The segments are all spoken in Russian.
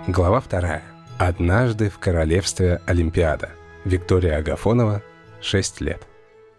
Глава 2. Однажды в королевстве Олимпиада. Виктория Агафонова, 6 лет.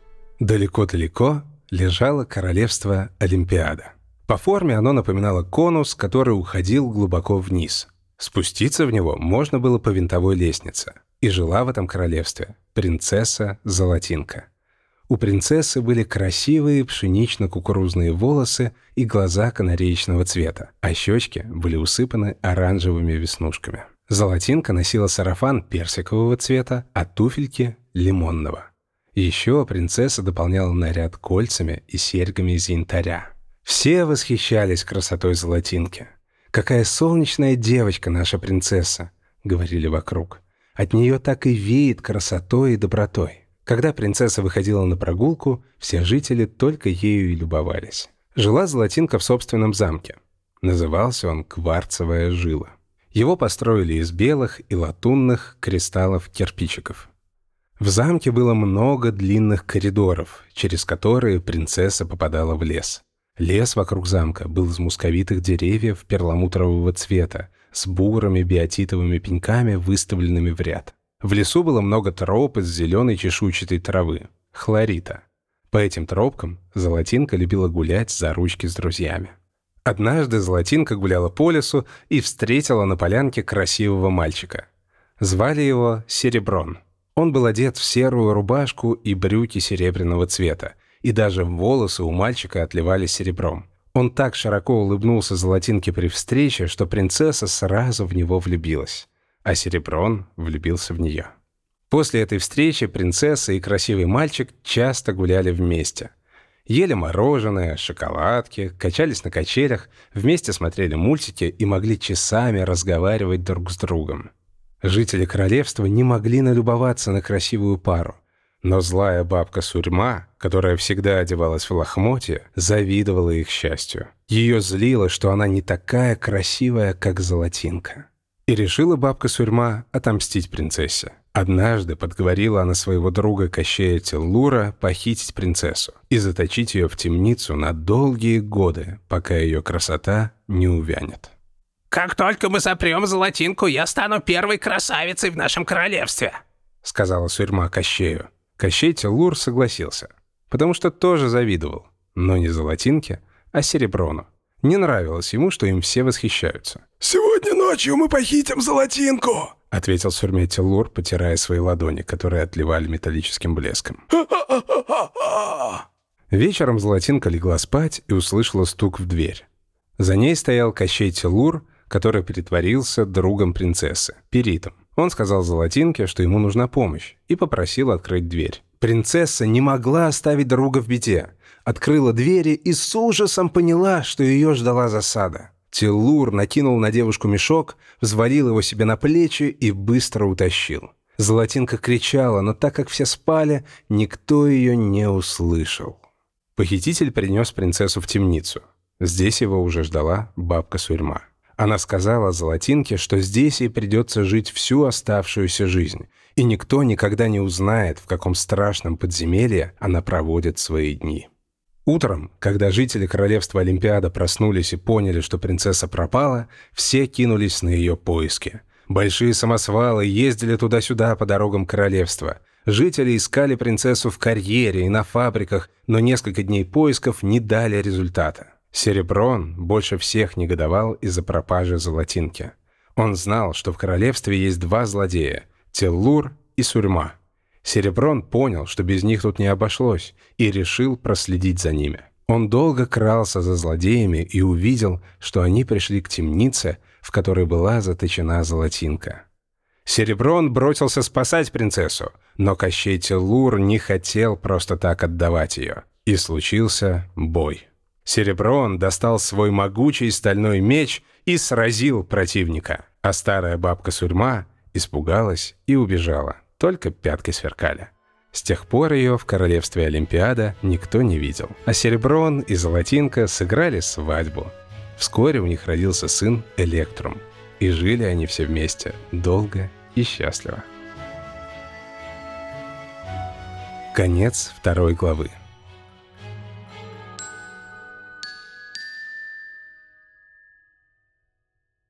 Далеко-далеко лежало королевство Олимпиада. По форме оно напоминало конус, который уходил глубоко вниз. Спуститься в него можно было по винтовой лестнице. И жила в этом королевстве принцесса Золотинка. У принцессы были красивые пшенично-кукурузные волосы и глаза канареечного цвета, а щечки были усыпаны оранжевыми веснушками. Золотинка носила сарафан персикового цвета, а туфельки — лимонного. Еще принцесса дополняла наряд кольцами и серьгами из янтаря. Все восхищались красотой Золотинки. «Какая солнечная девочка наша принцесса!» — говорили вокруг. «От нее так и веет красотой и добротой». Когда принцесса выходила на прогулку, все жители только ею и любовались. Жила Золотинка в собственном замке. Назывался он Кварцевая жила. Его построили из белых и латунных кристаллов-кирпичиков. В замке было много длинных коридоров, через которые принцесса попадала в лес. Лес вокруг замка был из мусковитых деревьев перламутрового цвета с бурыми биотитовыми пеньками, выставленными в ряд. В лесу было много троп из зеленой чешуйчатой травы — хлорита. По этим тропкам Золотинка любила гулять за ручки с друзьями. Однажды Золотинка гуляла по лесу и встретила на полянке красивого мальчика. Звали его Сереброн. Он был одет в серую рубашку и брюки серебряного цвета, и даже волосы у мальчика отливали серебром. Он так широко улыбнулся Золотинке при встрече, что принцесса сразу в него влюбилась. А Сереброн влюбился в нее. После этой встречи принцесса и красивый мальчик часто гуляли вместе. Ели мороженое, шоколадки, качались на качелях, вместе смотрели мультики и могли часами разговаривать друг с другом. Жители королевства не могли налюбоваться на красивую пару. Но злая бабка Сурьма, которая всегда одевалась в лохмотья, завидовала их счастью. Ее злило, что она не такая красивая, как Золотинка. И решила бабка Сурьма отомстить принцессе. Однажды подговорила она своего друга Кощея Теллура похитить принцессу и заточить ее в темницу на долгие годы, пока ее красота не увянет. «Как только мы запрем Золотинку, я стану первой красавицей в нашем королевстве», — сказала Сурьма Кощею. Кощей Теллур согласился, потому что тоже завидовал, но не Золотинке, а Сереброну. Не нравилось ему, что им все восхищаются. «Сегодня ночью мы похитим Золотинку!» — ответил Сурьме Теллур, потирая свои ладони, которые отливали металлическим блеском. Вечером Золотинка легла спать и услышала стук в дверь. За ней стоял Кощей Теллур, который притворился другом принцессы, Перитом. Он сказал Золотинке, что ему нужна помощь, и попросил открыть дверь. Принцесса не могла оставить друга в беде. Открыла двери и с ужасом поняла, что ее ждала засада. Теллур накинул на девушку мешок, взвалил его себе на плечи и быстро утащил. Золотинка кричала, но так как все спали, никто ее не услышал. Похититель принес принцессу в темницу. Здесь его уже ждала бабка Сурьма. Она сказала Золотинке, что здесь ей придется жить всю оставшуюся жизнь, и никто никогда не узнает, в каком страшном подземелье она проводит свои дни. Утром, когда жители королевства Олимпиада проснулись и поняли, что принцесса пропала, все кинулись на ее поиски. Большие самосвалы ездили туда-сюда по дорогам королевства. Жители искали принцессу в карьере и на фабриках, но несколько дней поисков не дали результата. Сереброн больше всех негодовал из-за пропажи Золотинки. Он знал, что в королевстве есть два злодея — Теллур и Сурьма. Сереброн понял, что без них тут не обошлось, и решил проследить за ними. Он долго крался за злодеями и увидел, что они пришли к темнице, в которой была заточена Золотинка. Сереброн бросился спасать принцессу, но Кощей Теллур не хотел просто так отдавать ее. И случился бой. Сереброн достал свой могучий стальной меч и сразил противника, а старая бабка Сурьма испугалась и убежала. Только пятки сверкали. С тех пор ее в королевстве Олимпиада никто не видел. А Сереброн и Золотинка сыграли свадьбу. Вскоре у них родился сын Электрум. И жили они все вместе долго и счастливо. Конец 2 главы.